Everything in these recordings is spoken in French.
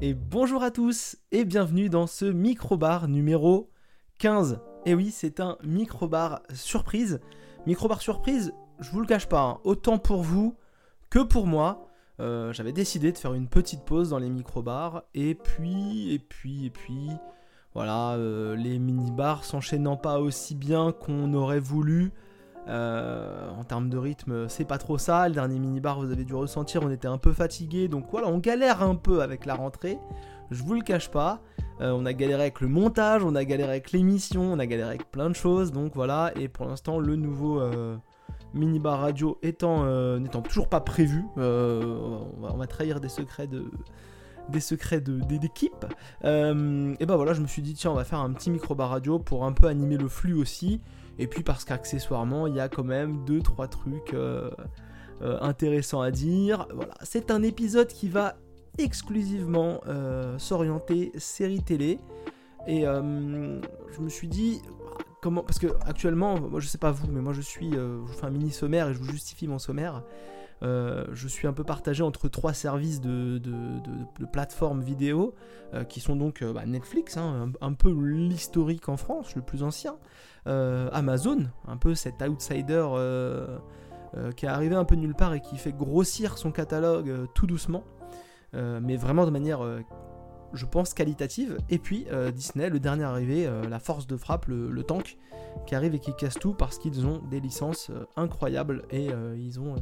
Et bonjour à tous et bienvenue dans ce micro-bar numéro 15. Et oui, c'est un micro-bar surprise. Micro-bar surprise, je vous le cache pas, hein, autant pour vous que pour moi. J'avais décidé de faire une petite pause dans les micro-bars et puis, voilà, les mini-bars s'enchaînant pas aussi bien qu'on aurait voulu. En termes de rythme, c'est pas trop ça. Le dernier mini-bar, vous avez dû ressentir, on était un peu fatigué. Donc voilà, on galère un peu avec la rentrée. Je vous le cache pas. On a galéré avec le montage, on a galéré avec l'émission, on a galéré avec plein de choses. Donc voilà, et pour l'instant, le nouveau mini-bar radio n'étant toujours pas prévu, on va trahir des secrets d'équipe. Et bah voilà, je me suis dit, tiens, on va faire un petit micro-bar radio pour un peu animer le flux aussi. Et puis parce qu'accessoirement, il y a quand même 2-3 trucs intéressants à dire. Voilà, c'est un épisode qui va exclusivement s'orienter série télé. Et je me suis dit, comment, parce que actuellement, moi je sais pas vous, mais moi je fais un mini sommaire et je vous justifie mon sommaire. Je suis un peu partagé entre 3 services de plateformes vidéo qui sont donc Netflix, hein, un peu l'historique en France, le plus ancien, Amazon, un peu cet outsider qui est arrivé un peu nulle part et qui fait grossir son catalogue tout doucement, mais vraiment de manière je pense qualitative. Et puis Disney, le dernier arrivé, la force de frappe, le tank qui arrive et qui casse tout parce qu'ils ont des licences incroyables et ils ont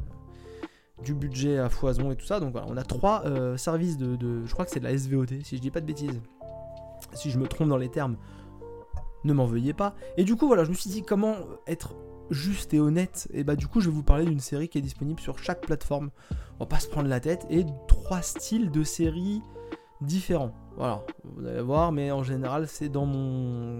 du budget à foison et tout ça. Donc voilà, on a 3 services de je crois que c'est de la SVOD si je dis pas de bêtises. Si je me trompe dans les termes, ne m'en veuillez pas. Et du coup voilà, je me suis dit comment être juste et honnête. Et bah du coup je vais vous parler d'une série qui est disponible sur chaque plateforme. On va pas se prendre la tête. Et 3 styles de séries différents. Voilà, vous allez voir, mais en général c'est dans mon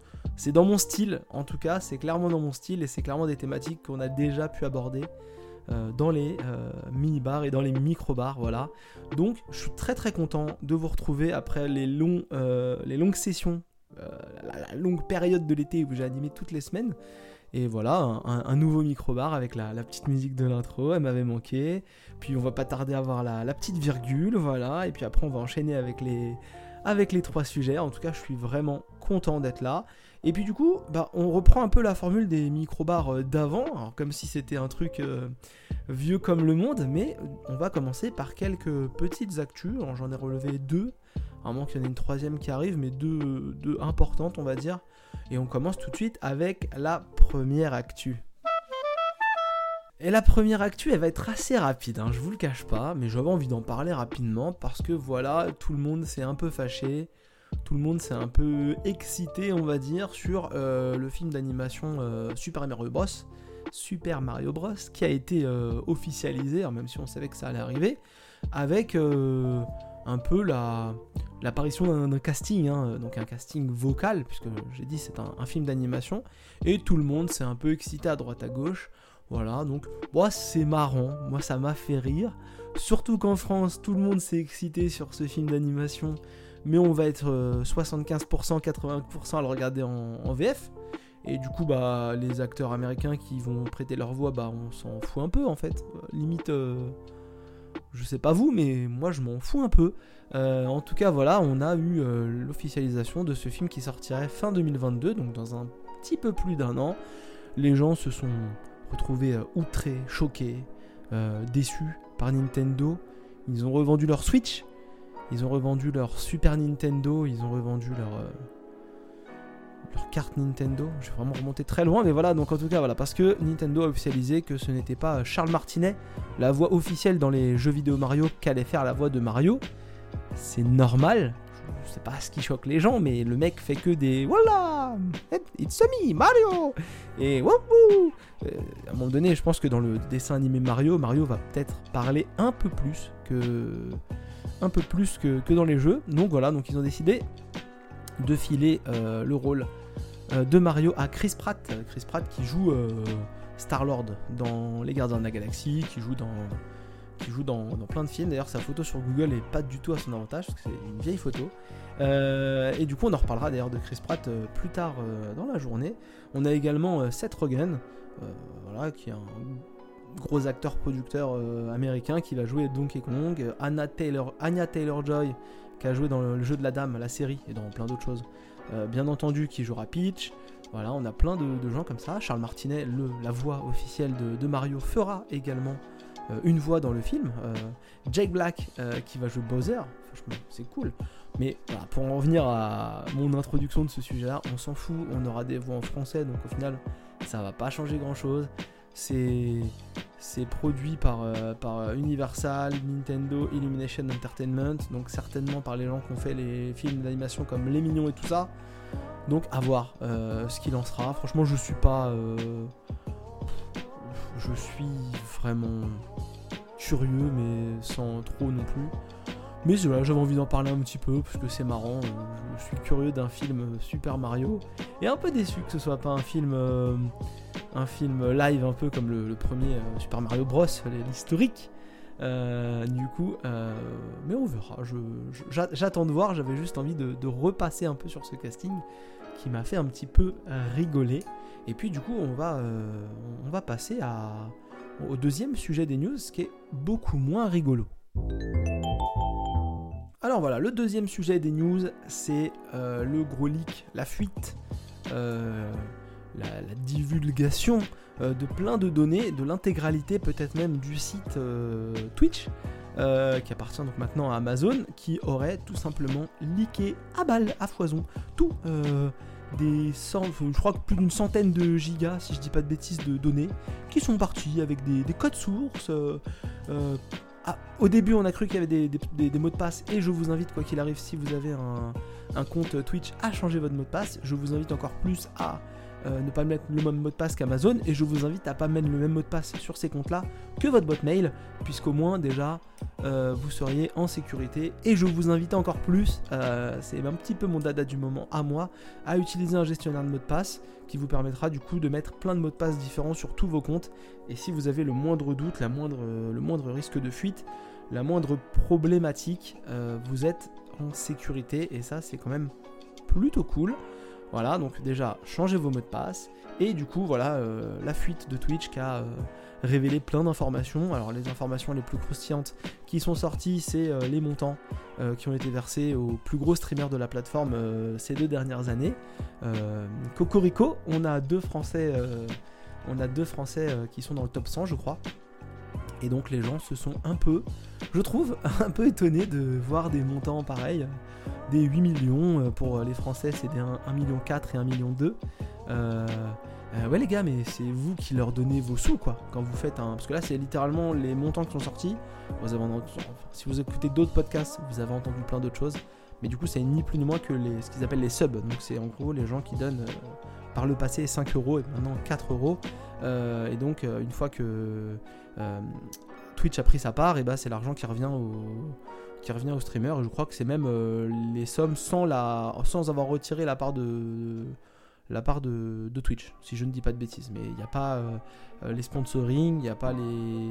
style. En tout cas, c'est clairement dans mon style et c'est clairement des thématiques qu'on a déjà pu aborder dans les mini-bars et dans les micro-bars, voilà. Donc, je suis très très content de vous retrouver après les longues sessions, la longue période de l'été où j'ai animé toutes les semaines. Et voilà, un nouveau micro-bar avec la petite musique de l'intro, elle m'avait manqué. Puis on va pas tarder à voir la petite virgule, voilà. Et puis après, on va enchaîner avec les 3 sujets. En tout cas, je suis vraiment content d'être là. Et puis du coup, on reprend un peu la formule des micro-bars d'avant, alors comme si c'était un truc vieux comme le monde, mais on va commencer par quelques petites actus. Alors, j'en ai relevé 2, à moins qu'il y en ait une 3e qui arrive, mais deux importantes on va dire. Et on commence tout de suite avec la première actu. Et la première actu, elle va être assez rapide, hein, je vous le cache pas, mais j'avais envie d'en parler rapidement parce que voilà, tout le monde s'est un peu fâché. Tout le monde s'est un peu excité, on va dire, sur le film d'animation Super Mario Bros, qui a été officialisé, même si on savait que ça allait arriver, avec un peu l'apparition d'un casting, hein, donc un casting vocal, puisque j'ai dit c'est un film d'animation, et tout le monde s'est un peu excité à droite à gauche. Voilà, donc moi c'est marrant, moi ça m'a fait rire, surtout qu'en France, tout le monde s'est excité sur ce film d'animation, mais on va être 75%, 80% à le regarder en VF. Et du coup, les acteurs américains qui vont prêter leur voix, on s'en fout un peu en fait. Limite, je sais pas vous, mais moi je m'en fous un peu. En tout cas, voilà, on a eu l'officialisation de ce film qui sortirait fin 2022, donc dans un petit peu plus d'1 an. Les gens se sont retrouvés outrés, choqués, déçus par Nintendo. Ils ont revendu leur Switch. Ils ont revendu leur Super Nintendo, ils ont revendu leur carte Nintendo. Je vais vraiment remonter très loin, mais voilà, donc en tout cas, voilà, parce que Nintendo a officialisé que ce n'était pas Charles Martinet, la voix officielle dans les jeux vidéo Mario, qu'allait faire la voix de Mario. C'est normal, je sais pas ce qui choque les gens, mais le mec fait que des voilà, it's me, Mario, et wouhou. À un moment donné, je pense que dans le dessin animé Mario va peut-être parler un peu plus que dans les jeux. Donc voilà, donc ils ont décidé de filer le rôle de Mario à Chris Pratt qui joue Star-Lord dans Les Gardiens de la Galaxie, qui joue dans plein de films. D'ailleurs sa photo sur Google est pas du tout à son avantage parce que c'est une vieille photo. Et du coup on en reparlera d'ailleurs de Chris Pratt plus tard dans la journée. On a également Seth Rogen, voilà, qui est gros acteur producteur américain qui va jouer Donkey Kong, Anya Taylor-Joy qui a joué dans le jeu de la dame, la série, et dans plein d'autres choses, bien entendu qui jouera Peach. Voilà, on a plein de gens comme ça. Charles Martinet, la voix officielle de Mario, fera également une voix dans le film. Jack Black qui va jouer Bowser, franchement c'est cool. Mais voilà, pour en revenir à mon introduction de ce sujet-là, on s'en fout, on aura des voix en français, donc au final ça va pas changer grand-chose. C'est produit par Universal, Nintendo, Illumination Entertainment, donc certainement par les gens qui ont fait les films d'animation comme Les Mignons et tout ça. Donc à voir ce qu'il en sera. Franchement, je suis vraiment curieux, mais sans trop non plus. Mais voilà, j'avais envie d'en parler un petit peu parce que c'est marrant. Je suis curieux d'un film Super Mario et un peu déçu que ce soit pas un film live un peu comme le premier Super Mario Bros, l'historique. Du coup, mais on verra. J'attends de voir. J'avais juste envie de repasser un peu sur ce casting qui m'a fait un petit peu rigoler. Et puis du coup, on va passer au deuxième sujet des news, qui est beaucoup moins rigolo. Alors voilà, le deuxième sujet des news, c'est le gros leak, la fuite, la divulgation de plein de données, de l'intégralité peut-être même du site Twitch, qui appartient donc maintenant à Amazon, qui aurait tout simplement leaké à balles, à foison, tout je crois que plus d'une centaine de gigas, si je dis pas de bêtises, de données, qui sont partis avec des codes sources. Au début, on a cru qu'il y avait des mots de passe, et je vous invite, quoi qu'il arrive, si vous avez un compte Twitch, à changer votre mot de passe. Je vous invite encore plus à ne pas mettre le même mot de passe qu'Amazon, et je vous invite à pas mettre le même mot de passe sur ces comptes-là que votre boîte mail, puisqu'au moins déjà vous seriez en sécurité. Et je vous invite encore plus, c'est un petit peu mon dada du moment à moi, à utiliser un gestionnaire de mots de passe qui vous permettra du coup de mettre plein de mots de passe différents sur tous vos comptes. Et si vous avez le moindre doute, le moindre risque de fuite, la moindre problématique, vous êtes en sécurité, et ça c'est quand même plutôt cool. Voilà, donc déjà, changez vos mots de passe. Et du coup, voilà, la fuite de Twitch qui a révélé plein d'informations. Alors, les informations les plus croustillantes qui sont sorties, c'est les montants qui ont été versés aux plus gros streamers de la plateforme ces 2 dernières années. Cocorico, on a deux Français qui sont dans le top 100, je crois. Et donc les gens se sont je trouve, un peu étonnés de voir des montants pareils, des 8 millions, pour les Français c'est des 1,4 million et 1,2 million. Ouais les gars, mais c'est vous qui leur donnez vos sous, quoi, quand vous faites parce que là c'est littéralement les montants qui sont sortis. Si vous écoutez d'autres podcasts, vous avez entendu plein d'autres choses, mais du coup c'est ni plus ni moins que ce qu'ils appellent les subs. Donc c'est en gros les gens qui donnent par le passé 5 € et maintenant 4 €. Et donc une fois que Twitch a pris sa part, et bah c'est l'argent qui revient au streamer. Et je crois que c'est même les sommes sans avoir retiré la part de Twitch, si je ne dis pas de bêtises. Mais il n'y a pas les sponsoring, il n'y a pas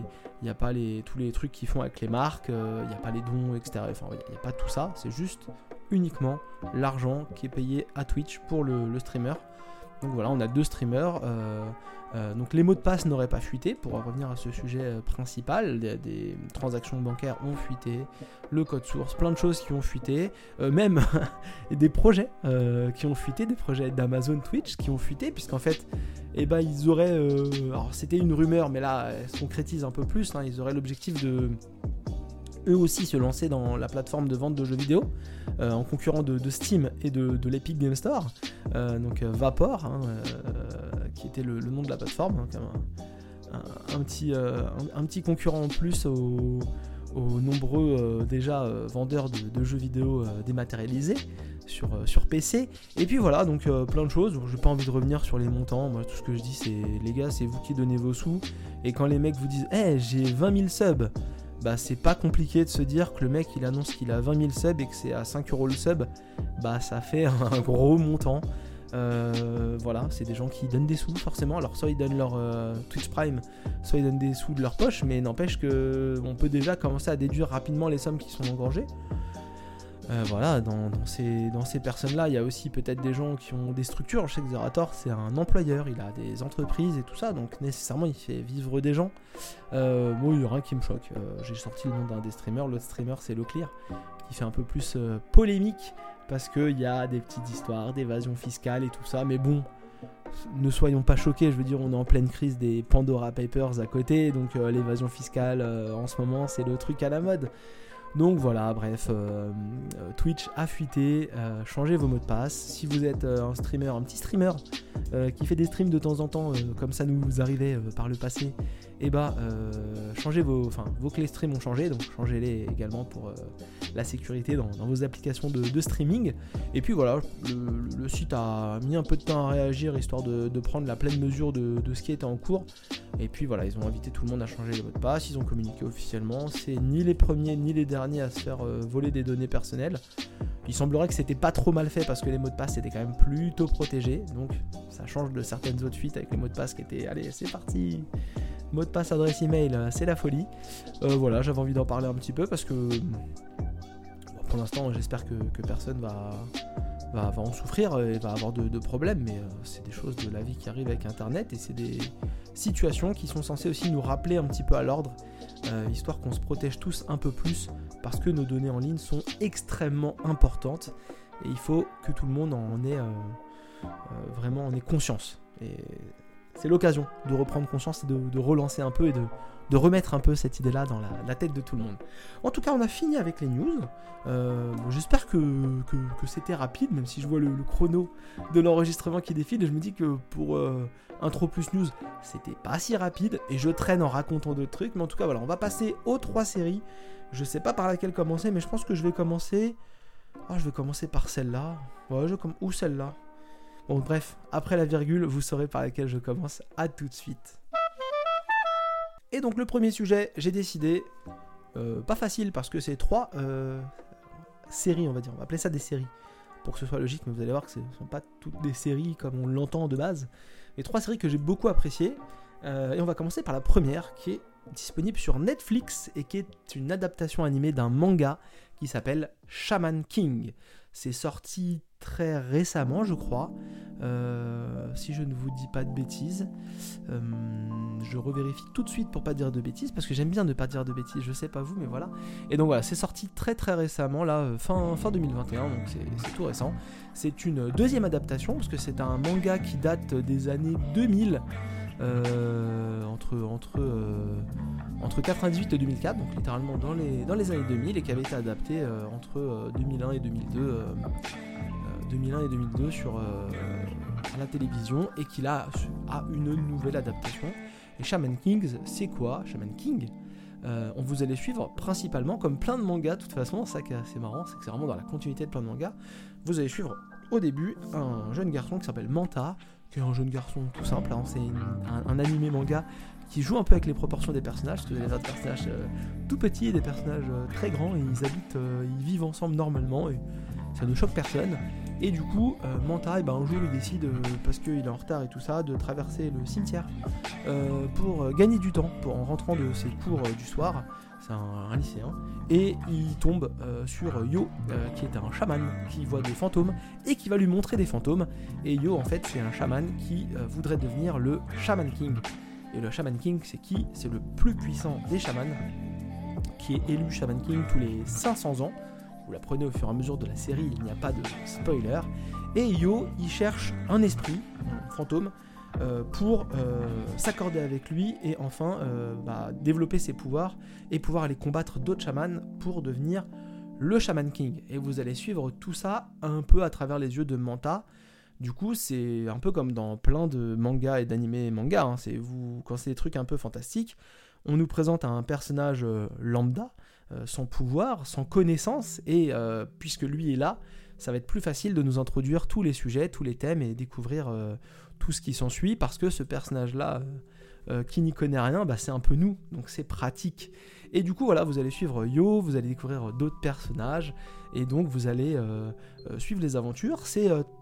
tous les trucs qu'ils font avec les marques, il n'y a pas les dons, etc. Enfin, il n'y a pas tout ça, c'est juste uniquement l'argent qui est payé à Twitch pour le streamer. Donc voilà, on a 2 streamers. Donc les mots de passe n'auraient pas fuité, pour revenir à ce sujet principal. Des transactions bancaires ont fuité, le code source, plein de choses qui ont fuité, même des projets qui ont fuité, des projets d'Amazon Twitch qui ont fuité, puisqu'en fait ils auraient alors c'était une rumeur, mais là elle se concrétise un peu plus, hein. Ils auraient l'objectif de eux aussi se lancer dans la plateforme de vente de jeux vidéo, en concurrent de Steam et de l'Epic Game Store, donc Vapor, hein, qui était le nom de la plateforme, hein, un petit concurrent en plus aux nombreux vendeurs de jeux vidéo dématérialisés sur PC. Et puis voilà, donc plein de choses. J'ai pas envie de revenir sur les montants. Moi tout ce que je dis c'est, les gars, c'est vous qui donnez vos sous, et quand les mecs vous disent j'ai 20 000 subs, bah c'est pas compliqué de se dire que le mec il annonce qu'il a 20 000 subs et que c'est à 5 € le sub, bah ça fait un gros montant. Voilà, c'est des gens qui donnent des sous forcément. Alors soit ils donnent leur Twitch Prime, soit ils donnent des sous de leur poche, mais n'empêche que on peut déjà commencer à déduire rapidement les sommes qui sont engorgées. Voilà, dans ces personnes-là, il y a aussi peut-être des gens qui ont des structures. Je sais que Zerator, c'est un employeur, il a des entreprises et tout ça, donc nécessairement, il fait vivre des gens. Moi, il n'y a rien qui me choque. J'ai sorti le nom d'un des streamers, l'autre streamer, c'est Leclerc, qui fait un peu plus polémique, parce qu'il y a des petites histoires d'évasion fiscale et tout ça, mais bon, ne soyons pas choqués, je veux dire, on est en pleine crise des Pandora Papers à côté, donc l'évasion fiscale, en ce moment, c'est le truc à la mode. Donc voilà, bref, Twitch a fuité, changez vos mots de passe. Si vous êtes un petit streamer qui fait des streams de temps en temps, comme ça nous arrivait par le passé, et changez vos clés stream ont changé, donc changez-les également pour la sécurité dans vos applications de streaming. Et puis voilà, le site a mis un peu de temps à réagir, histoire de prendre la pleine mesure de ce qui était en cours. Et puis voilà, ils ont invité tout le monde à changer les mots de passe, ils ont communiqué officiellement, c'est ni les premiers ni les derniers à se faire voler des données personnelles. Il semblerait que c'était pas trop mal fait parce que les mots de passe étaient quand même plutôt protégés, donc ça change de certaines autres fuites avec les mots de passe qui étaient, allez c'est parti, mot de passe, adresse email, c'est la folie. Voilà, j'avais envie d'en parler un petit peu parce que pour l'instant j'espère que personne va en souffrir et va avoir de problèmes, mais c'est des choses de la vie qui arrivent avec internet et c'est des situations qui sont censées aussi nous rappeler un petit peu à l'ordre, histoire qu'on se protège tous un peu plus parce que nos données en ligne sont extrêmement importantes et il faut que tout le monde en ait vraiment en ait conscience. Et c'est l'occasion de reprendre conscience et de relancer un peu et de remettre un peu cette idée-là dans la tête de tout le monde. En tout cas, on a fini avec les news. J'espère que c'était rapide, même si je vois le chrono de l'enregistrement qui défile, et je me dis que pour Intro plus News, c'était pas si rapide, et je traîne en racontant d'autres trucs, mais en tout cas, voilà, on va passer aux 3 séries. Je sais pas par laquelle commencer, mais je pense que je vais commencer... je vais commencer par celle-là. Ou celle-là. Bon, bref, après la virgule, vous saurez par laquelle je commence. À tout de suite. Et donc le premier sujet, j'ai décidé, pas facile parce que c'est 3 séries, on va dire, on va appeler ça des séries, pour que ce soit logique, mais vous allez voir que ce ne sont pas toutes des séries comme on l'entend de base, mais 3 séries que j'ai beaucoup appréciées, et on va commencer par la première, qui est disponible sur Netflix, et qui est une adaptation animée d'un manga qui s'appelle Shaman King. C'est sorti très récemment, je crois, si je ne vous dis pas de bêtises. Je revérifie tout de suite pour pas dire de bêtises, parce que j'aime bien ne pas dire de bêtises, je sais pas vous, mais voilà. Et donc voilà, c'est sorti très très récemment, là, fin 2021, donc c'est tout récent. C'est une deuxième adaptation, parce que c'est un manga qui date des années 2000, entre 98 et 2004, donc littéralement dans les années 2000, et qui avait été adapté entre 2001 et 2002, 2001 et 2002 sur la télévision, et qu'il a une nouvelle adaptation. Et Shaman King, c'est quoi Shaman King, on vous allez suivre principalement, comme plein de mangas de toute façon, ça qui est assez marrant, c'est que c'est vraiment dans la continuité de plein de mangas. Vous allez suivre au début un jeune garçon qui s'appelle Manta, qui est un jeune garçon tout simple, hein, c'est un animé manga qui joue un peu avec les proportions des personnages, parce que vous avez des personnages tout petits et des personnages très grands, et ils vivent ensemble normalement, et ça ne choque personne. Et du coup, Manta, un jour il décide, parce qu'il est en retard et tout ça, de traverser le cimetière pour gagner du temps, en rentrant de ses cours du soir. C'est un lycéen, et il tombe sur Yo, qui est un chaman qui voit des fantômes et qui va lui montrer des fantômes. Et Yo, en fait, c'est un chaman qui voudrait devenir le Shaman King. Et le Shaman King, c'est qui ? C'est le plus puissant des chamans, qui est élu Shaman King tous les 500 ans. Vous l'apprenez au fur et à mesure de la série, il n'y a pas de spoiler. Et Yo, il cherche un esprit, un fantôme, pour s'accorder avec lui et enfin développer ses pouvoirs et pouvoir aller combattre d'autres chamans pour devenir le Shaman King. Et vous allez suivre tout ça un peu à travers les yeux de Manta. Du coup, c'est un peu comme dans plein de mangas et d'animés manga, hein. Quand c'est des trucs un peu fantastiques, on nous présente un personnage lambda, sans pouvoir, sans connaissance, et puisque lui est là, ça va être plus facile de nous introduire tous les sujets, tous les thèmes, et découvrir tout ce qui s'ensuit, parce que ce personnage-là, qui n'y connaît rien, c'est un peu nous, donc c'est pratique. Et du coup, voilà, vous allez suivre Yo, vous allez découvrir d'autres personnages, et donc vous allez suivre les aventures. C'est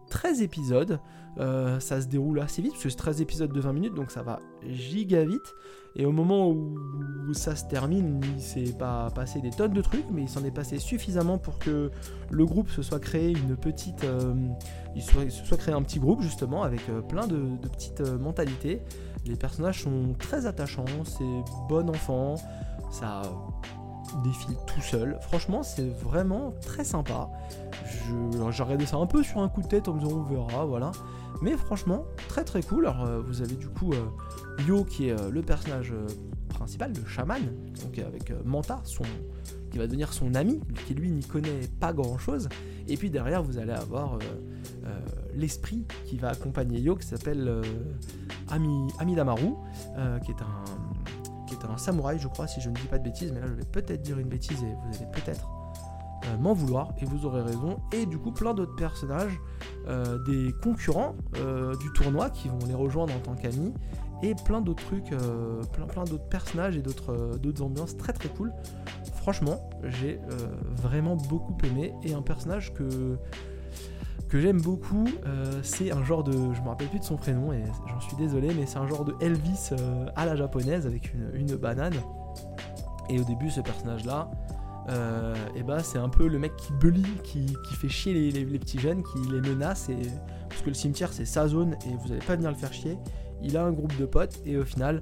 13 épisodes. Ça se déroule assez vite parce que c'est 13 épisodes de 20 minutes, donc ça va giga vite. Et au moment où ça se termine, il s'est pas passé des tonnes de trucs, mais il s'en est passé suffisamment pour que le groupe se soit créé il se soit créé un petit groupe justement avec plein de petites mentalités. Les personnages sont très attachants, c'est bon enfant, ça défile tout seul. Franchement, c'est vraiment très sympa. J'ai regardé ça un peu sur un coup de tête en me disant on verra, voilà. Mais franchement, très très cool. Alors vous avez du coup Yo qui est le personnage principal, le chaman, donc avec Manta, qui va devenir son ami, qui lui n'y connaît pas grand chose. Et puis derrière vous allez avoir l'esprit qui va accompagner Yo, qui s'appelle Amidamaru, qui est un samouraï je crois, si je ne dis pas de bêtises, mais là je vais peut-être dire une bêtise et vous allez peut-être m'en vouloir, et vous aurez raison. Et du coup plein d'autres personnages, des concurrents du tournoi qui vont les rejoindre en tant qu'amis, et plein d'autres trucs, plein d'autres personnages et d'autres ambiances très très cool. Franchement j'ai vraiment beaucoup aimé, et un personnage que j'aime beaucoup, c'est un genre de, je me rappelle plus de son prénom et j'en suis désolé, mais c'est un genre de Elvis à la japonaise avec une banane. Et au début ce personnage là, c'est un peu le mec qui bully, qui fait chier les petits jeunes, qui les menace, parce que le cimetière c'est sa zone et vous allez pas venir le faire chier. Il a un groupe de potes et au final,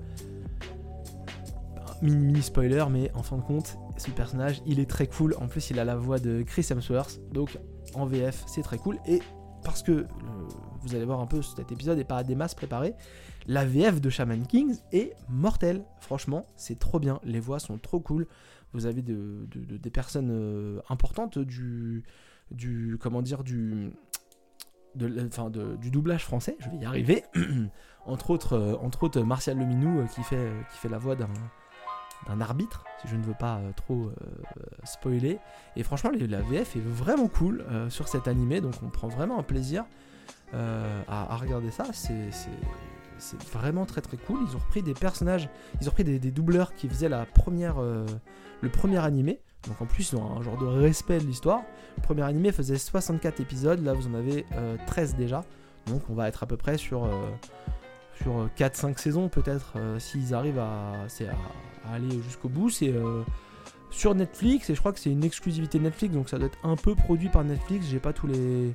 mini spoiler, mais en fin de compte ce personnage il est très cool. En plus il a la voix de Chris Hemsworth, donc en VF c'est très cool. Et parce que vous allez voir un peu cet épisode et pas à des masses préparées, la VF de Shaman Kings est mortelle. Franchement c'est trop bien, les voix sont trop cool. Vous avez des personnes importantes du doublage français, je vais y arriver. entre autres Martial Leminou qui fait la voix d'un arbitre, si je ne veux pas trop spoiler. Et franchement la VF est vraiment cool sur cet animé, donc on prend vraiment un plaisir à regarder ça. C'est vraiment très très cool. Ils ont repris des personnages, ils ont repris des doubleurs qui faisaient le premier animé, donc en plus ils ont un genre de respect de l'histoire. Le premier animé faisait 64 épisodes, là vous en avez 13 déjà, donc on va être à peu près sur 4-5 saisons peut-être, s'ils arrivent à aller jusqu'au bout. C'est sur Netflix, et je crois que c'est une exclusivité Netflix, donc ça doit être un peu produit par Netflix. J'ai pas tous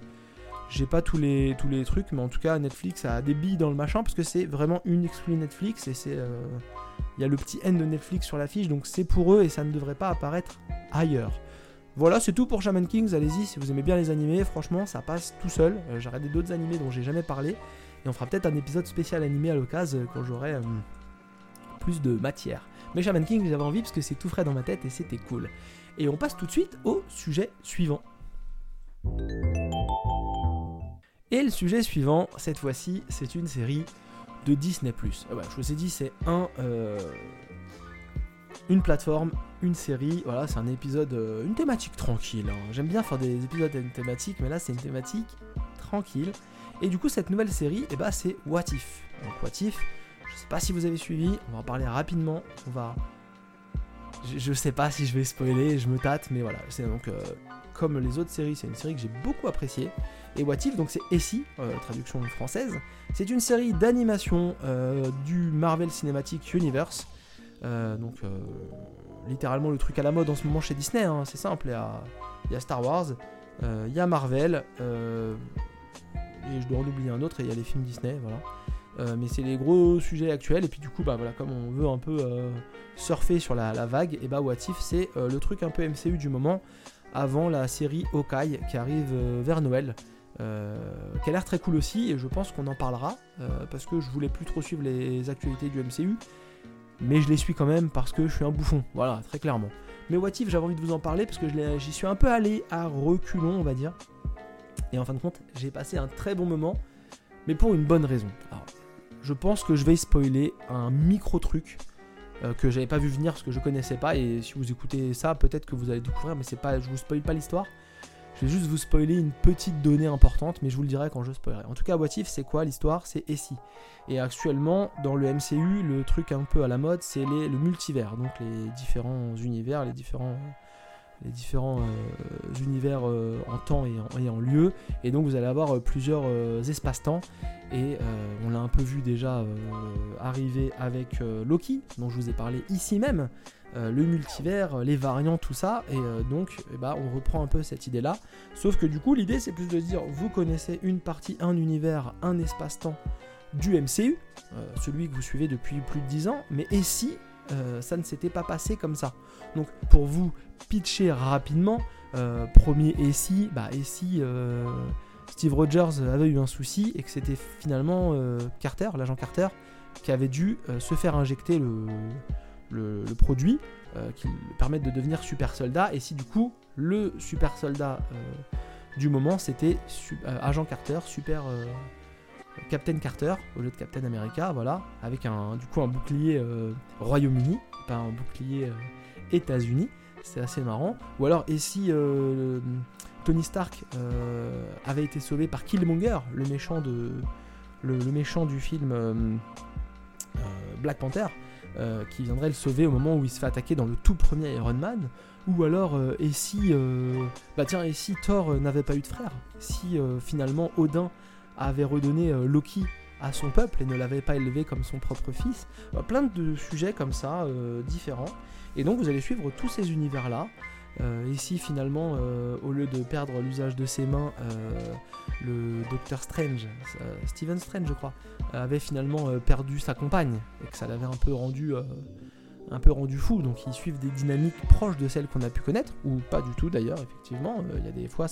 les trucs, mais en tout cas Netflix a des billes dans le machin, parce que c'est vraiment une exclue Netflix, et il y a le petit N de Netflix sur l'affiche, donc c'est pour eux et ça ne devrait pas apparaître ailleurs. Voilà, c'est tout pour Shaman Kings. Allez-y si vous aimez bien les animés, franchement ça passe tout seul. J'ai regardé d'autres animés dont j'ai jamais parlé, et on fera peut-être un épisode spécial animé à l'occasion quand j'aurai plus de matière. Mais Shaman King, j'avais envie parce que c'est tout frais dans ma tête et c'était cool. Et on passe tout de suite au sujet suivant. Et le sujet suivant, cette fois-ci, c'est une série de Disney+. Voilà, je vous ai dit, c'est une plateforme, une série. Voilà, c'est un épisode, une thématique tranquille. Hein. J'aime bien faire des épisodes à une thématique, mais là, c'est une thématique tranquille. Et du coup, cette nouvelle série, c'est What If. Donc What If, je sais pas si vous avez suivi, on va en parler rapidement. Je sais pas si je vais spoiler, je me tâte, mais voilà. C'est donc comme les autres séries, c'est une série que j'ai beaucoup appréciée. Et What If, donc c'est Et si, traduction française. C'est une série d'animation du Marvel Cinematic Universe. Littéralement le truc à la mode en ce moment chez Disney, hein, c'est simple. Il y a Star Wars, il y a Marvel, et je dois en oublier un autre, et il y a les films Disney, voilà. Mais c'est les gros sujets actuels, et puis du coup, voilà, comme on veut un peu surfer sur la vague, et What If, c'est le truc un peu MCU du moment, avant la série Hawkeye qui arrive vers Noël, qui a l'air très cool aussi, et je pense qu'on en parlera, parce que je voulais plus trop suivre les actualités du MCU, mais je les suis quand même parce que je suis un bouffon, voilà, très clairement. Mais What If, j'avais envie de vous en parler parce que j'y suis un peu allé à reculons, on va dire, et en fin de compte, j'ai passé un très bon moment, mais pour une bonne raison. Alors, je pense que je vais spoiler un micro truc que j'avais pas vu venir parce que je connaissais pas, et si vous écoutez ça, peut-être que vous allez découvrir, mais je vous spoil pas l'histoire. Je vais juste vous spoiler une petite donnée importante, mais je vous le dirai quand je spoilerai. En tout cas, What If, c'est quoi l'histoire? C'est Et si. Et actuellement, dans le MCU, le truc un peu à la mode, c'est le multivers, donc les différents univers, les différents univers en temps et en lieu, et donc vous allez avoir plusieurs espaces-temps, et on l'a un peu vu déjà arriver avec Loki, dont je vous ai parlé ici même, le multivers, les variants, tout ça, et donc on reprend un peu cette idée-là, sauf que du coup l'idée c'est plus de dire, vous connaissez une partie, un univers, un espace-temps du MCU, celui que vous suivez depuis plus de 10 ans, mais et si ça ne s'était pas passé comme ça. Donc pour vous pitcher rapidement, premier et si Steve Rogers avait eu un souci et que c'était finalement Carter, l'agent Carter, qui avait dû se faire injecter le produit qui lui permet de devenir super soldat, et si du coup le super soldat du moment c'était agent Carter, super Captain Carter au lieu de Captain America, voilà, avec un bouclier Royaume-Uni, pas un bouclier États-Unis, c'est assez marrant. Ou alors, et si Tony Stark avait été sauvé par Killmonger, le méchant du film Black Panther, qui viendrait le sauver au moment où il se fait attaquer dans le tout premier Iron Man. Ou alors, et si Thor n'avait pas eu de frère, si finalement Odin avait redonné Loki à son peuple et ne l'avait pas élevé comme son propre fils. Plein de sujets comme ça, différents. Et donc vous allez suivre tous ces univers-là. Ici finalement, au lieu de perdre l'usage de ses mains, le Docteur Strange, Stephen Strange je crois, avait finalement perdu sa compagne, et que ça l'avait un peu rendu fou. Donc ils suivent des dynamiques proches de celles qu'on a pu connaître, ou pas du tout d'ailleurs, effectivement. Il y a des fois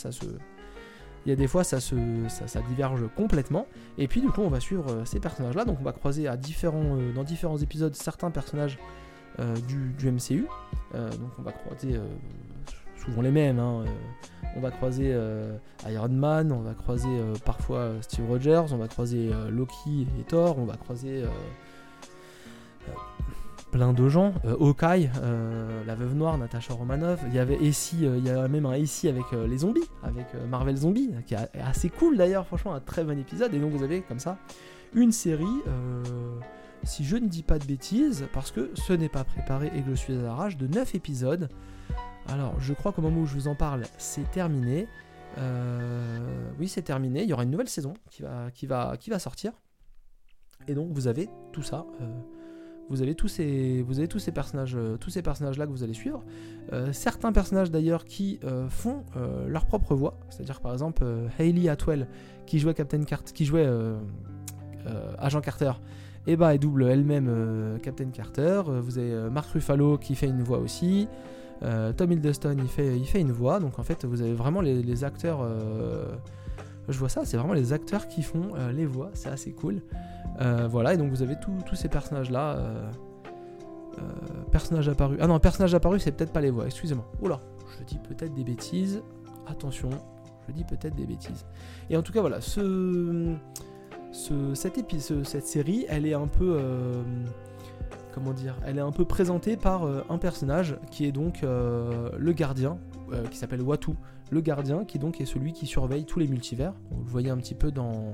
ça diverge complètement, et puis du coup on va suivre ces personnages là, donc on va croiser dans différents épisodes certains personnages du MCU, donc on va croiser souvent les mêmes, on va croiser Iron Man, on va croiser parfois Steve Rogers, on va croiser Loki et Thor, on va croiser plein de gens, Hawkeye, la Veuve Noire, Natasha Romanoff, il y a même un ici avec les zombies, avec Marvel Zombies, qui est assez cool d'ailleurs, franchement un très bon épisode, et donc vous avez comme ça une série, si je ne dis pas de bêtises, parce que ce n'est pas préparé et que je suis à l'arrache, de 9 épisodes. Alors je crois qu'au moment où je vous en parle, c'est terminé. Oui, c'est terminé, il y aura une nouvelle saison qui va sortir, et donc vous avez tout ça. Vous avez tous ces personnages là que vous allez suivre. Certains personnages d'ailleurs qui font leur propre voix. C'est-à-dire par exemple Hayley Atwell qui jouait Agent Carter, et elle double elle-même Captain Carter. Vous avez Mark Ruffalo qui fait une voix aussi. Tom Hiddleston il fait une voix. Donc en fait vous avez vraiment les acteurs. Je vois ça, c'est vraiment les acteurs qui font les voix. C'est assez cool. Voilà, et donc vous avez tous ces personnages-là. Personnages apparus. Ah non, personnages apparus, c'est peut-être pas les voix, excusez-moi. Oula, je dis peut-être des bêtises. Attention, je dis peut-être des bêtises. Et en tout cas, voilà, cette série, elle est un peu... elle est un peu présentée par un personnage qui est donc le gardien, qui s'appelle Watu. Le gardien, qui donc est celui qui surveille tous les multivers. Vous le voyez un petit peu dans...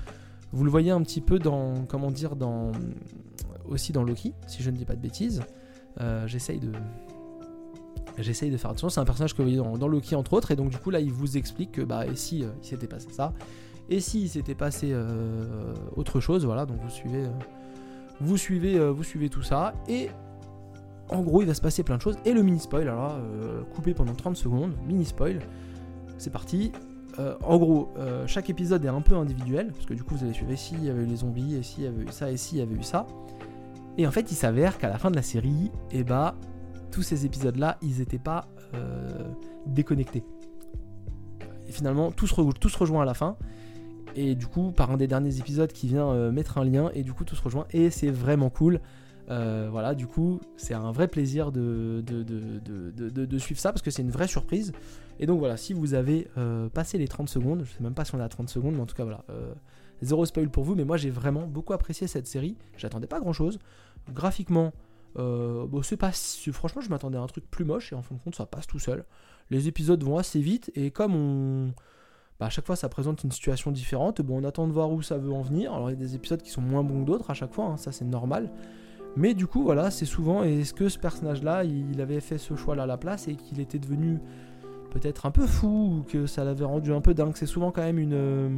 aussi dans Loki, si je ne dis pas de bêtises. J'essaye de faire attention. C'est un personnage que vous voyez dans Loki entre autres, et donc du coup là il vous explique que et si il s'était passé ça, et si il s'était passé autre chose, voilà. Donc vous suivez tout ça, et en gros il va se passer plein de choses. Et le mini spoil, alors coupé pendant 30 secondes, mini spoil, c'est parti. En gros, chaque épisode est un peu individuel, parce que du coup vous allez suivre s'il y avait eu les zombies, et s'il y avait eu ça, et s'il y avait eu ça. Et en fait, il s'avère qu'à la fin de la série, tous ces épisodes-là, ils n'étaient pas déconnectés. Et finalement, tout se rejoint à la fin. Et du coup, par un des derniers épisodes qui vient mettre un lien, et du coup, tout se rejoint. Et c'est vraiment cool. Voilà, du coup, c'est un vrai plaisir de suivre ça, parce que c'est une vraie surprise. Et donc voilà, si vous avez passé les 30 secondes, je sais même pas si on est à 30 secondes, mais en tout cas voilà, zéro spoil pour vous, mais moi j'ai vraiment beaucoup apprécié cette série. J'attendais pas grand chose. Graphiquement, franchement je m'attendais à un truc plus moche, et en fin de compte ça passe tout seul. Les épisodes vont assez vite, et comme à chaque fois ça présente une situation différente, on attend de voir où ça veut en venir. Alors il y a des épisodes qui sont moins bons que d'autres à chaque fois, ça c'est normal. Mais du coup, voilà, c'est souvent, est-ce que ce personnage-là, il avait fait ce choix-là à la place et qu'il était devenu peut-être un peu fou, ou que ça l'avait rendu un peu dingue. C'est souvent quand même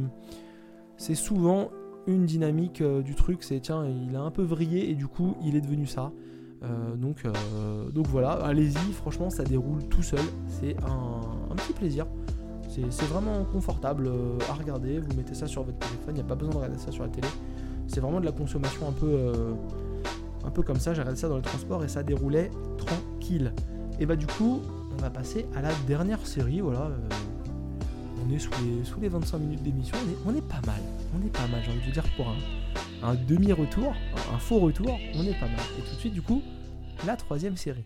une dynamique du truc, c'est tiens, il a un peu vrillé et du coup, il est devenu ça. Donc voilà, allez-y, franchement, ça déroule tout seul. C'est un petit plaisir. C'est vraiment confortable à regarder. Vous mettez ça sur votre téléphone, il n'y a pas besoin de regarder ça sur la télé. C'est vraiment de la consommation un peu comme ça. J'ai regardé ça dans le transport et ça déroulait tranquille. Et bah du coup, on va passer à la dernière série. Voilà, on est sous les 25 minutes d'émission. On est pas mal. J'ai envie de vous dire, pour un demi-retour, un faux retour, on est pas mal. Et tout de suite, du coup, la troisième série.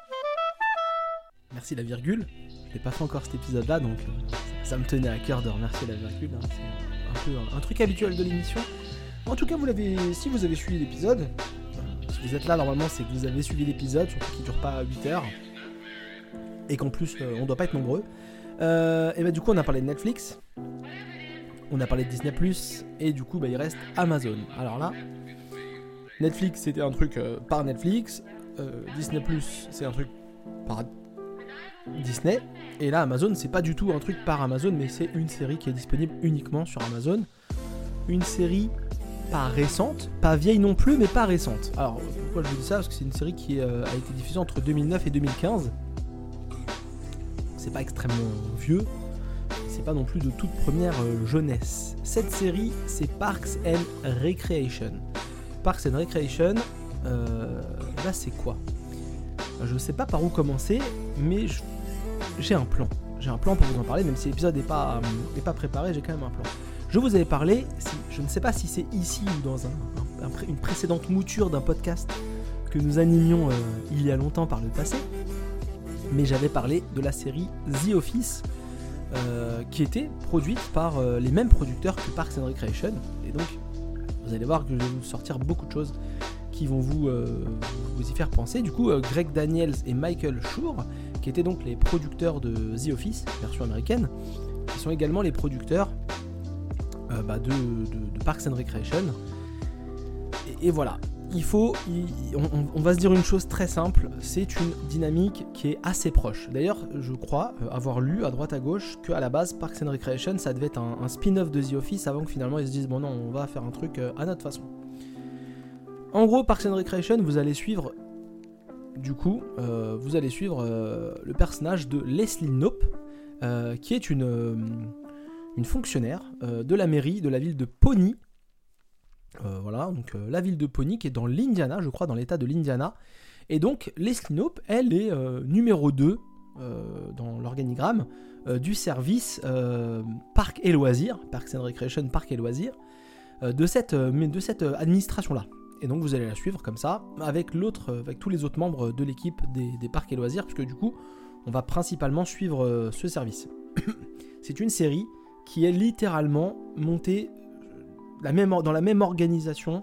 Merci la virgule. Je n'ai pas fait encore cet épisode-là, donc ça me tenait à cœur de remercier la virgule. Hein. C'est un peu un truc habituel de l'émission. En tout cas, si vous avez suivi l'épisode, si vous êtes là, normalement, c'est que vous avez suivi l'épisode, surtout qu'il ne dure pas 8 heures. Et qu'en plus, on ne doit pas être nombreux. Et bah du coup, on a parlé de Netflix. On a parlé de Disney+, et du coup, il reste Amazon. Alors là, Netflix, c'était un truc par Netflix. Disney+, c'est un truc par Disney. Et là, Amazon, c'est pas du tout un truc par Amazon, mais c'est une série qui est disponible uniquement sur Amazon. Une série pas récente, pas vieille non plus, mais pas récente. Alors, pourquoi je vous dis ça ? Parce que c'est une série qui a été diffusée entre 2009 et 2015. C'est pas extrêmement vieux. C'est pas non plus de toute première jeunesse. Cette série, c'est Parks and Recreation. Parks and Recreation, là c'est quoi ? Je sais pas par où commencer, mais j'ai un plan. J'ai un plan pour vous en parler, même si l'épisode n'est pas préparé, j'ai quand même un plan. Je vous avais parlé, je ne sais pas si c'est ici ou dans une précédente mouture d'un podcast que nous animions il y a longtemps par le passé, mais j'avais parlé de la série The Office, qui était produite par les mêmes producteurs que Parks and Recreation, et donc vous allez voir que je vais vous sortir beaucoup de choses qui vont vous y faire penser. Du coup, Greg Daniels et Michael Schur, qui étaient donc les producteurs de The Office, version américaine, qui sont également les producteurs de Parks and Recreation. Et voilà, on va se dire une chose très simple, c'est une dynamique qui est assez proche. D'ailleurs, je crois avoir lu à droite à gauche qu'à la base, Parks and Recreation, ça devait être un spin-off de The Office avant que finalement ils se disent bon non, on va faire un truc à notre façon. En gros, Parks and Recreation, vous allez suivre le personnage de Leslie Knope, qui est une fonctionnaire de la mairie de la ville de Pawnee. Voilà, donc la ville de Pawnee qui est dans l'Indiana, je crois, dans l'état de l'Indiana. Et donc Leslie Knope, elle est numéro 2 dans l'organigramme du service Parcs et Loisirs, Parks and Recreation Parcs et Loisirs, de cette administration-là. Et donc vous allez la suivre comme ça, avec tous les autres membres de l'équipe des Parcs et Loisirs, puisque du coup, on va principalement suivre ce service. C'est une série qui est littéralement montée dans la même organisation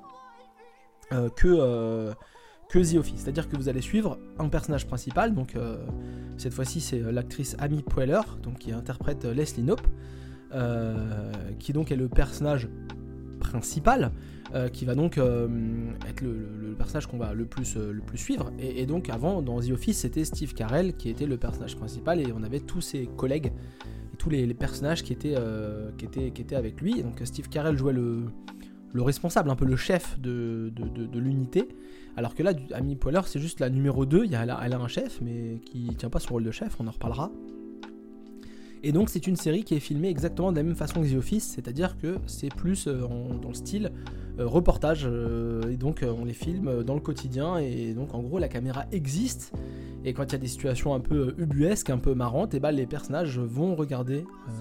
que The Office. C'est-à-dire que vous allez suivre un personnage principal, donc cette fois-ci c'est l'actrice Amy Poehler, donc qui interprète Leslie Knope, qui donc est le personnage principal, qui va donc être le personnage qu'on va le plus suivre. Et donc avant, dans The Office, c'était Steve Carell qui était le personnage principal, et on avait tous ses collègues et tous les personnages qui étaient avec lui. Et donc Steve Carell jouait le responsable, un peu le chef de l'unité, alors que là, Amy Poehler, c'est juste la numéro 2, elle a un chef, mais qui tient pas son rôle de chef, on en reparlera. Et donc c'est une série qui est filmée exactement de la même façon que The Office, c'est-à-dire que c'est plus dans le style reportage, et donc on les filme dans le quotidien, et donc en gros la caméra existe, et quand il y a des situations un peu ubuesques, un peu marrantes, et les personnages vont regarder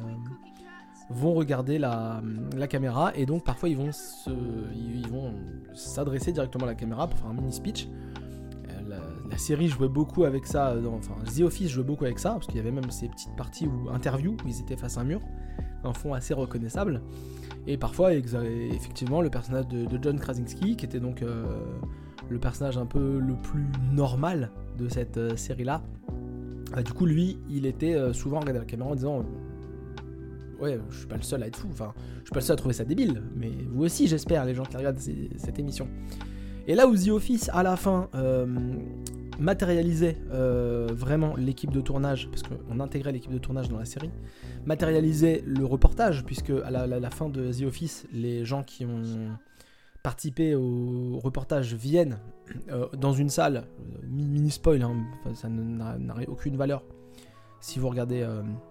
la caméra, et donc parfois ils vont s'adresser directement à la caméra pour faire un mini speech. La série jouait beaucoup avec ça, The Office jouait beaucoup avec ça, parce qu'il y avait même ces petites parties interviews où ils étaient face à un mur, un fond assez reconnaissable. Et parfois, effectivement, le personnage de John Krasinski, qui était donc le personnage un peu le plus normal de cette série-là, du coup, lui, il était souvent regardé à la caméra en disant ouais, je suis pas le seul à être fou, je suis pas le seul à trouver ça débile, mais vous aussi, j'espère, les gens qui regardent cette émission. Et là où The Office, à la fin, matérialisait vraiment l'équipe de tournage, parce qu'on intégrait l'équipe de tournage dans la série, matérialisait le reportage, puisque à la fin de The Office, les gens qui ont participé au reportage viennent dans une salle, mini spoil, hein, ça n'a aucune valeur si vous regardez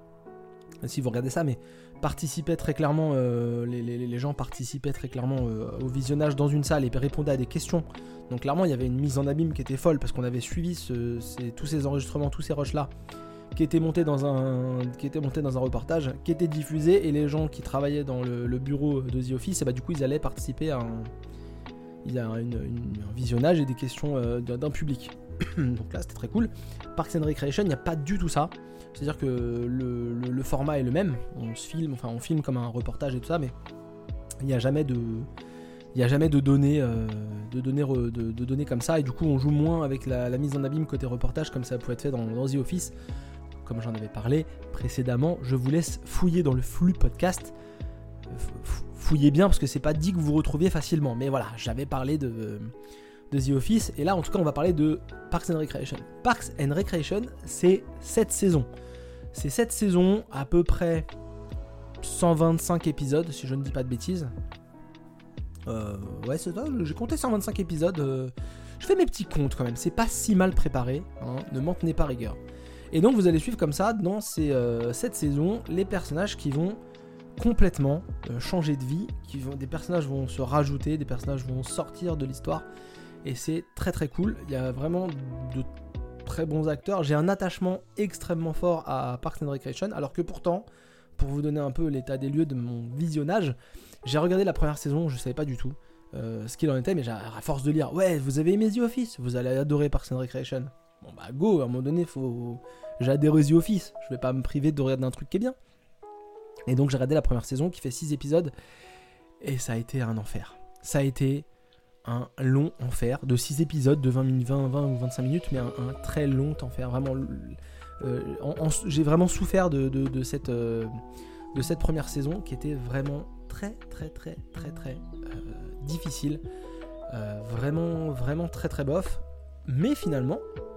ça, mais participaient très clairement, les gens participaient très clairement au visionnage dans une salle et répondaient à des questions. Donc clairement il y avait une mise en abîme qui était folle, parce qu'on avait suivi tous ces enregistrements, tous ces rushs là qui étaient montés dans un reportage, qui étaient diffusés, et les gens qui travaillaient dans le bureau de The Office, et bah, du coup ils allaient participer à un visionnage et des questions d'un public. Donc là c'était très cool. Parks and Recreation, il n'y a pas du tout ça. C'est-à-dire que le format est le même, on filme comme un reportage et tout ça, mais il n'y a jamais de données, de données comme ça, et du coup on joue moins avec la mise en abîme côté reportage comme ça pouvait être fait dans The Office. Comme j'en avais parlé précédemment, je vous laisse fouiller dans le flux podcast. Fouillez bien, parce que c'est pas dit que vous vous retrouviez facilement, mais voilà, j'avais parlé de The Office, et là en tout cas on va parler de Parks and Recreation. Parks and Recreation, c'est 7 saisons. C'est 7 saisons, à peu près 125 épisodes, si je ne dis pas de bêtises. Ouais, c'est ça, j'ai compté 125 épisodes. Je fais mes petits comptes quand même, c'est pas si mal préparé, hein, ne m'en tenez pas rigueur. Et donc vous allez suivre comme ça, dans ces 7 saisons, les personnages qui vont complètement changer de vie, des personnages vont se rajouter, des personnages vont sortir de l'histoire, et c'est très très cool. Il y a vraiment de très bons acteurs. J'ai un attachement extrêmement fort à Parks and Recreation, alors que pourtant, pour vous donner un peu l'état des lieux de mon visionnage, j'ai regardé la première saison, je savais pas du tout ce qu'il en était, mais à force de lire, ouais, vous avez aimé The Office, vous allez adorer Parks and Recreation. Bon bah go, à un moment donné, j'ai adoré The Office, je vais pas me priver de regarder un truc qui est bien. Et donc j'ai regardé la première saison qui fait 6 épisodes, et ça a été un enfer. Ça a été un long enfer de 6 épisodes de 20 ou 25 minutes, mais un très long enfer. Vraiment, j'ai vraiment souffert de cette première saison qui était vraiment très difficile. Vraiment très bof. Mais finalement,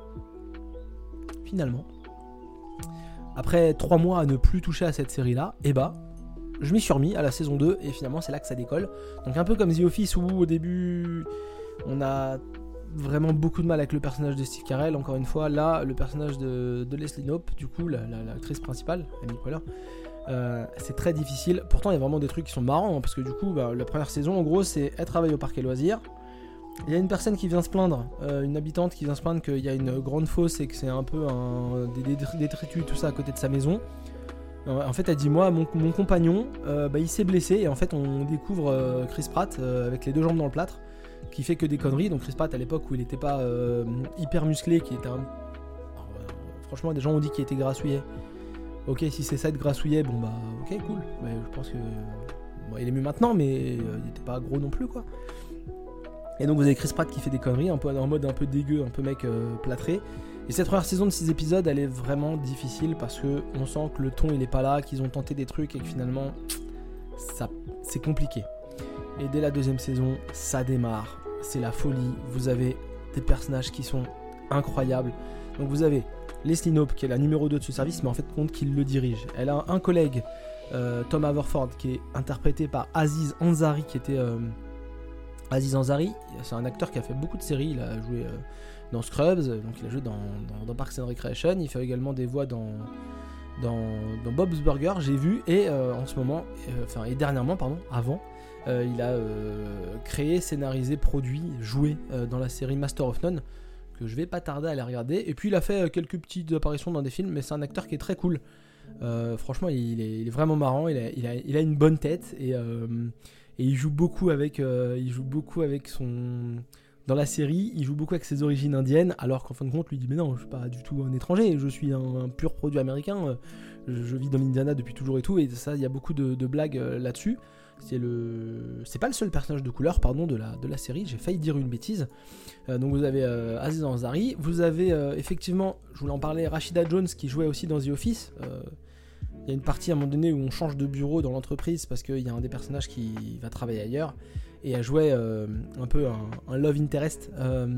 après 3 mois à ne plus toucher à cette série-là, et bah, je m'y suis remis à la saison 2, et finalement c'est là que ça décolle. Donc un peu comme The Office, où au début on a vraiment beaucoup de mal avec le personnage de Steve Carell. Encore une fois, là le personnage de Leslie Knope, du coup l'actrice principale, Amy Poehler, c'est très difficile. Pourtant il y a vraiment des trucs qui sont marrants, hein, parce que du coup la première saison en gros c'est elle travaille au parc et loisirs. Il y a une personne qui vient se plaindre, une habitante qui vient se plaindre qu'il y a une grande fosse et que c'est un peu des détritus tout ça à côté de sa maison. En fait elle dit, moi mon compagnon il s'est blessé, et en fait on découvre Chris Pratt avec les 2 jambes dans le plâtre, qui fait que des conneries. Donc Chris Pratt à l'époque où il n'était pas hyper musclé, qui était franchement des gens ont dit qu'il était grassouillet. Ok, si c'est ça de grassouillet, bon bah ok cool, mais je pense que il est mieux maintenant, mais il n'était pas gros non plus quoi. Et donc vous avez Chris Pratt qui fait des conneries, un peu en mode un peu dégueu, un peu mec plâtré. Et cette première saison de 6 épisodes, elle est vraiment difficile, parce que on sent que le ton il est pas là, qu'ils ont tenté des trucs et que finalement ça, c'est compliqué. Et dès la 2e saison, ça démarre, c'est la folie. Vous avez des personnages qui sont incroyables. Donc vous avez Leslie Knope qui est la numéro 2 de ce service, mais en fait compte qu'il le dirige. Elle a un collègue, Tom Haverford, qui est interprété par Aziz Ansari, qui était... Aziz Ansari, c'est un acteur qui a fait beaucoup de séries. Il a joué dans Scrubs, donc il a joué dans Parks and Recreation. Il fait également des voix dans Bob's Burger, j'ai vu. Et en ce moment, et dernièrement, avant, il a créé, scénarisé, produit, joué dans la série Master of None, que je vais pas tarder à aller regarder. Et puis il a fait quelques petites apparitions dans des films, mais c'est un acteur qui est très cool. Franchement, il est vraiment marrant. Il a une bonne tête, et il joue beaucoup avec son... Dans la série, il joue beaucoup avec ses origines indiennes, alors qu'en fin de compte, lui dit mais non, je suis pas du tout un étranger, je suis un pur produit américain, je vis dans l'Indiana depuis toujours et tout, et ça, il y a beaucoup de blagues là-dessus. C'est pas le seul personnage de couleur, de la série, j'ai failli dire une bêtise. Donc vous avez Aziz Ansari, vous avez effectivement, je voulais en parler, Rashida Jones qui jouait aussi dans The Office. Il y a une partie à un moment donné où on change de bureau dans l'entreprise parce qu'il y a un des personnages qui va travailler ailleurs. et elle jouait un peu un love interest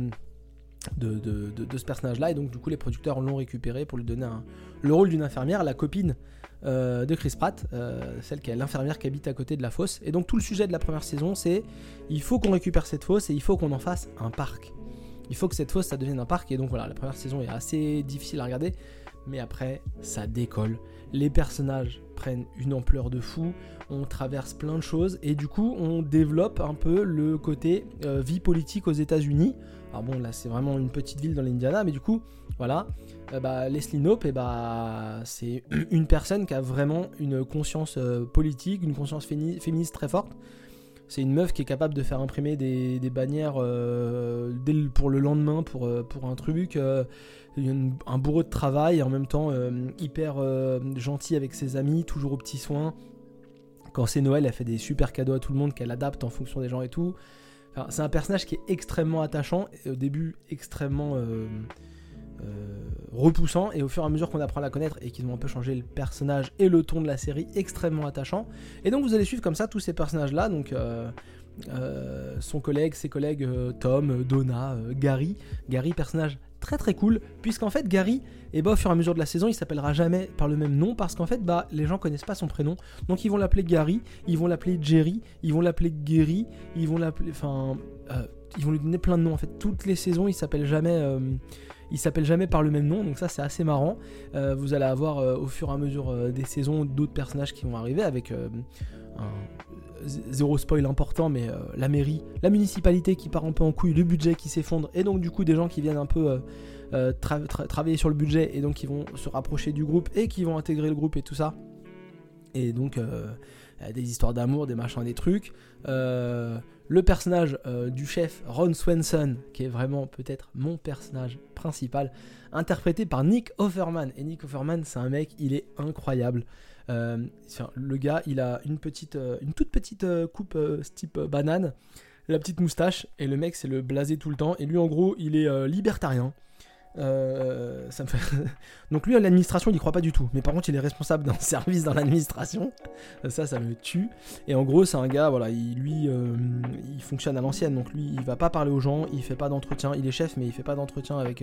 de ce personnage-là, et donc du coup les producteurs l'ont récupéré pour lui donner le rôle d'une infirmière, la copine de Chris Pratt, celle qui est l'infirmière qui habite à côté de la fosse. Et donc tout le sujet de la première saison, c'est il faut qu'on récupère cette fosse et il faut qu'on en fasse un parc. Il faut que cette fosse ça devienne un parc. Et donc voilà, la première saison est assez difficile à regarder, mais après ça décolle. Les personnages prennent une ampleur de fou, on traverse plein de choses et du coup on développe un peu le côté vie politique aux États-Unis. Alors bon, là c'est vraiment une petite ville dans l'Indiana, mais du coup voilà, Leslie Knope, c'est une personne qui a vraiment une conscience politique, une conscience féministe très forte. C'est une meuf qui est capable de faire imprimer des bannières pour le lendemain, pour un truc, un bourreau de travail, et en même temps hyper gentil avec ses amis, toujours aux petits soins. Quand c'est Noël, elle fait des super cadeaux à tout le monde qu'elle adapte en fonction des gens et tout. Enfin, c'est un personnage qui est extrêmement attachant, et au début extrêmement repoussant, et au fur et à mesure qu'on apprend à la connaître et qu'ils ont un peu changé le personnage et le ton de la série, extrêmement attachant. Et donc vous allez suivre comme ça tous ces personnages là, donc ses collègues Tom, Donna, Gary, personnage très très cool, puisqu'en fait Gary, au fur et à mesure de la saison, il s'appellera jamais par le même nom, parce qu'en fait les gens connaissent pas son prénom, donc ils vont l'appeler Gary, ils vont l'appeler Jerry, ils vont l'appeler Gary, ils vont lui donner plein de noms. En fait toutes les saisons il s'appelle jamais par le même nom, donc ça c'est assez marrant. Vous allez avoir au fur et à mesure des saisons d'autres personnages qui vont arriver avec zéro spoil important, mais la mairie, la municipalité qui part un peu en couille, le budget qui s'effondre, et donc du coup des gens qui viennent un peu travailler sur le budget, et donc qui vont se rapprocher du groupe et qui vont intégrer le groupe et tout ça. Et donc des histoires d'amour, des machins, des trucs. Le personnage du chef Ron Swanson, qui est vraiment peut-être mon personnage principal, interprété par Nick Offerman. Et Nick Offerman, c'est un mec, il est incroyable. Le gars, il a une toute petite coupe type banane, la petite moustache, et le mec, c'est le blasé tout le temps. Et lui, en gros, il est libertarien. Ça me fait... Donc lui à l'administration il y croit pas du tout, mais par contre il est responsable d'un service dans l'administration, ça me tue. Et en gros c'est un gars, voilà, il fonctionne à l'ancienne, donc lui il va pas parler aux gens, il fait pas d'entretien, il est chef mais il fait pas d'entretien avec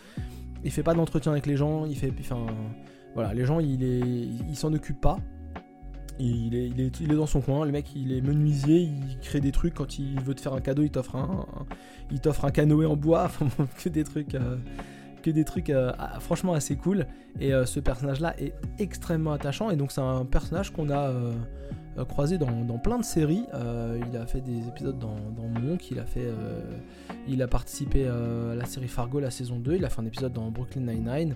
les gens, voilà, les gens il s'en occupe pas. Il est dans son coin, le mec il est menuisier, il crée des trucs, quand il veut te faire un cadeau il t'offre un canoë en bois, que des trucs franchement assez cool. Et ce personnage là est extrêmement attachant, et donc c'est un personnage qu'on a croisé dans plein de séries. Il a fait des épisodes dans Monk, il a participé à la série Fargo la saison 2, il a fait un épisode dans Brooklyn Nine-Nine.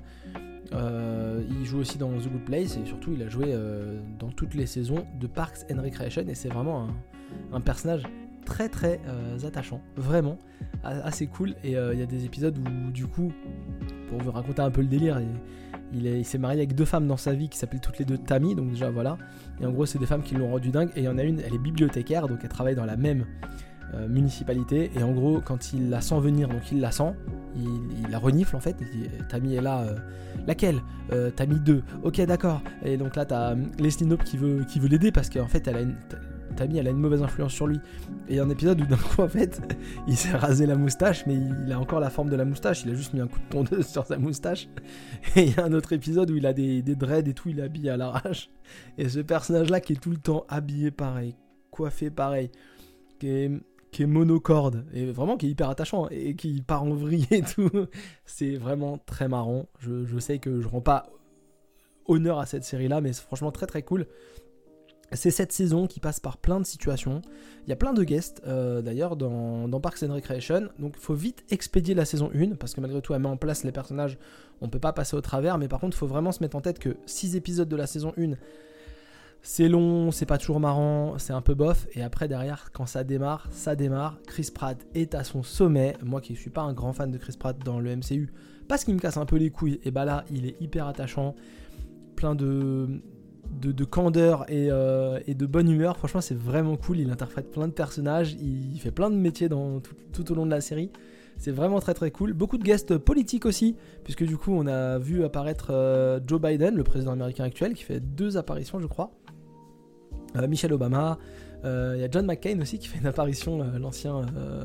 Il joue aussi dans The Good Place, et surtout il a joué dans toutes les saisons de Parks and Recreation, et c'est vraiment un personnage très très attachant, vraiment assez cool. Et il y a des épisodes où du coup, pour vous raconter un peu le délire, il s'est marié avec 2 femmes dans sa vie qui s'appellent toutes les 2 Tammy, donc déjà voilà, et en gros c'est des femmes qui l'ont rendu dingue. Et il y en a une, elle est bibliothécaire, donc elle travaille dans la même municipalité, et en gros quand il la sent venir, donc il la sent, il la renifle en fait, il dit Tammy est là, laquelle Tammy 2, ok d'accord. Et donc là t'as Leslie Knope qui veut l'aider, parce qu'en fait Tammy elle a une mauvaise influence sur lui. Et il y a un épisode où d'un coup en fait il s'est rasé la moustache, mais il a encore la forme de la moustache, il a juste mis un coup de tondeuse sur sa moustache. Et il y a un autre épisode où il a des dreads et tout, il est habillé à l'arrache. Et ce personnage là qui est tout le temps habillé pareil, coiffé pareil, qui est monocorde, et vraiment qui est hyper attachant, et qui part en vrille et tout, c'est vraiment très marrant. Je sais que je rends pas honneur à cette série là, mais c'est franchement très très cool. C'est cette saison qui passe par plein de situations. Il y a plein de guests d'ailleurs dans Parks and Recreation, donc il faut vite expédier la saison 1, parce que malgré tout elle met en place les personnages, on peut pas passer au travers. Mais par contre il faut vraiment se mettre en tête que 6 épisodes de la saison 1, c'est long, c'est pas toujours marrant, c'est un peu bof. Et après derrière, quand ça démarre. Chris Pratt est à son sommet. Moi qui suis pas un grand fan de Chris Pratt dans le MCU, parce qu'il me casse un peu les couilles, et là il est hyper attachant, plein de candeur et de bonne humeur. Franchement c'est vraiment cool, il interprète plein de personnages, il fait plein de métiers tout au long de la série. C'est vraiment très très cool. Beaucoup de guests politiques aussi, puisque du coup on a vu apparaître Joe Biden, le président américain actuel, qui fait 2 apparitions je crois, Michelle Obama, Il y a John McCain aussi qui fait une apparition, l'ancien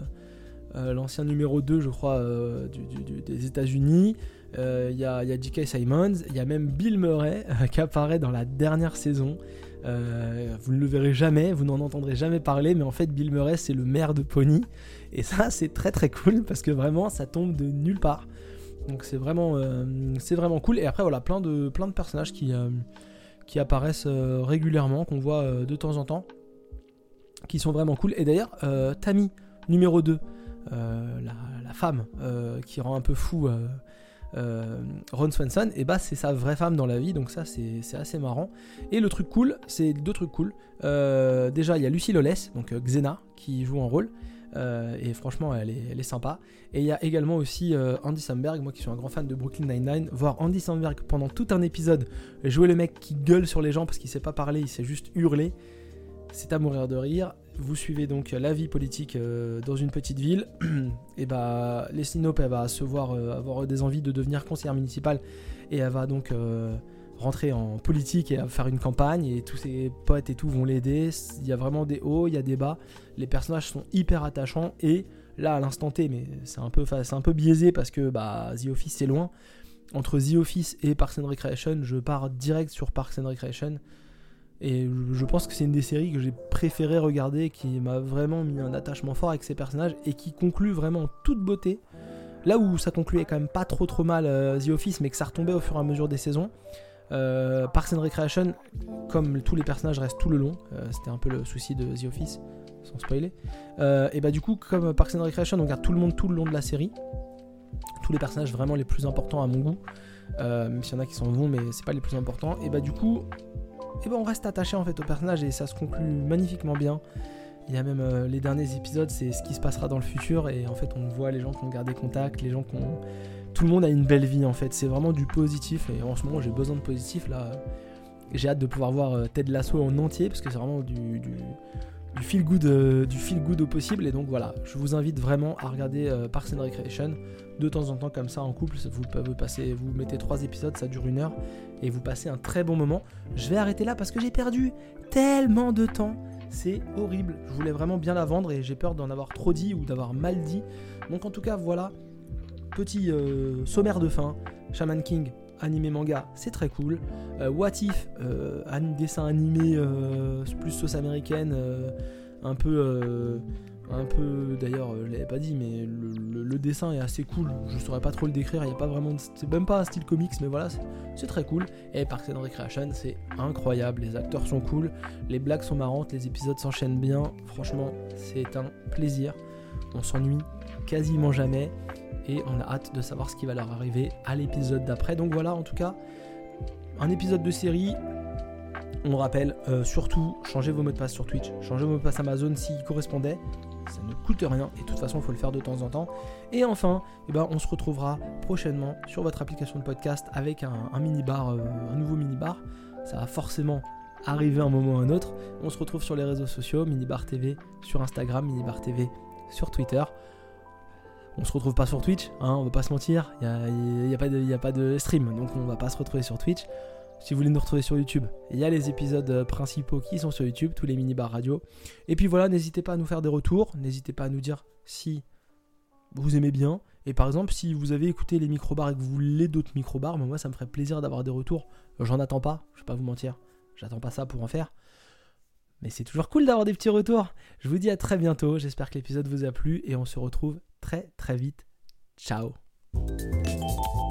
numéro 2 je crois des États-Unis. Il y a J.K. Simmons, il y a même Bill Murray qui apparaît dans la dernière saison. Vous ne le verrez jamais, vous n'en entendrez jamais parler, mais en fait Bill Murray c'est le maire de Pony, et ça c'est très très cool parce que vraiment ça tombe de nulle part. Donc c'est vraiment cool. Et après voilà, plein de personnages qui apparaissent régulièrement, qu'on voit de temps en temps, qui sont vraiment cool. Et d'ailleurs Tammy numéro 2, la femme qui rend un peu fou Ron Swanson, et bah c'est sa vraie femme dans la vie, donc ça c'est assez marrant. Et le truc cool, c'est deux trucs cool. Déjà il y a Lucy Lawless, donc Xena, qui joue un rôle, et franchement elle est sympa. Et il y a également aussi Andy Samberg, moi qui suis un grand fan de Brooklyn Nine-Nine, voir Andy Samberg pendant tout un épisode jouer le mec qui gueule sur les gens parce qu'il sait pas parler, il sait juste hurler, c'est à mourir de rire. Vous suivez donc la vie politique dans une petite ville, et bah Leslie Knope, elle va se voir avoir des envies de devenir conseillère municipale, et elle va donc rentrer en politique et faire une campagne, et tous ses potes et tout vont l'aider. Il y a vraiment des hauts, il y a des bas, les personnages sont hyper attachants, et là à l'instant T, mais c'est un peu biaisé parce que bah The Office c'est loin. Entre The Office et Parks and Recreation, je pars direct sur Parks and Recreation. Et je pense que c'est une des séries que j'ai préféré regarder, qui m'a vraiment mis un attachement fort avec ces personnages, et qui conclut vraiment en toute beauté. Là où ça concluait quand même pas trop mal The Office, mais que ça retombait au fur et à mesure des saisons. Parks and Recreation, comme tous les personnages restent tout le long, c'était un peu le souci de The Office, sans spoiler. Et bah du coup, comme Parks and Recreation, on garde tout le monde tout le long de la série. Tous les personnages vraiment les plus importants à mon goût. Même s'il y en a qui s'en vont, mais c'est pas les plus importants. Et bah du coup... Et ben on reste attaché en fait au personnage, et ça se conclut magnifiquement bien. Il y a même les derniers épisodes, c'est ce qui se passera dans le futur, et en fait on voit les gens qui ont gardé contact, les gens qui ont... Tout le monde a une belle vie en fait, c'est vraiment du positif, et en ce moment j'ai besoin de positif là. J'ai hâte de pouvoir voir Ted Lasso en entier, parce que c'est vraiment du feel good au possible. Et donc voilà, je vous invite vraiment à regarder Parks and Recreation de temps en temps comme ça en couple. Vous mettez 3 épisodes, ça dure 1 heure, et vous passez un très bon moment. Je vais arrêter là parce que j'ai perdu tellement de temps, c'est horrible. Je voulais vraiment bien la vendre et j'ai peur d'en avoir trop dit ou d'avoir mal dit. Donc en tout cas voilà, petit sommaire de fin. Shaman King, animé manga, c'est très cool. What If, dessin animé plus sauce américaine, un peu d'ailleurs, je l'avais pas dit, mais le dessin est assez cool. Je saurais pas trop le décrire, il y a pas vraiment, c'est même pas un style comics, mais voilà, c'est très cool. Et Parks and Recreation, c'est incroyable, les acteurs sont cool, les blagues sont marrantes, les épisodes s'enchaînent bien. Franchement, c'est un plaisir. On s'ennuie quasiment jamais. Et on a hâte de savoir ce qui va leur arriver à l'épisode d'après. Donc voilà, en tout cas, un épisode de série. On rappelle, surtout, changez vos mots de passe sur Twitch, changez vos mots de passe Amazon s'ils correspondaient. Ça ne coûte rien, et de toute façon, il faut le faire de temps en temps. Et enfin, on se retrouvera prochainement sur votre application de podcast avec un mini-bar, un nouveau mini-bar. Ça va forcément arriver un moment ou un autre. On se retrouve sur les réseaux sociaux, Minibar TV sur Instagram, Minibar TV sur Twitter. On se retrouve pas sur Twitch, hein, on va pas se mentir, il y a pas de stream, donc on va pas se retrouver sur Twitch. Si vous voulez nous retrouver sur YouTube, il y a les épisodes principaux qui sont sur YouTube, tous les mini-bars radio. Et puis voilà, n'hésitez pas à nous faire des retours, n'hésitez pas à nous dire si vous aimez bien. Et par exemple, si vous avez écouté les micro-bars et que vous voulez d'autres micro-bars, moi ça me ferait plaisir d'avoir des retours. J'en attends pas, je vais pas vous mentir, j'attends pas ça pour en faire. Mais c'est toujours cool d'avoir des petits retours. Je vous dis à très bientôt, j'espère que l'épisode vous a plu et on se retrouve très très vite. Ciao.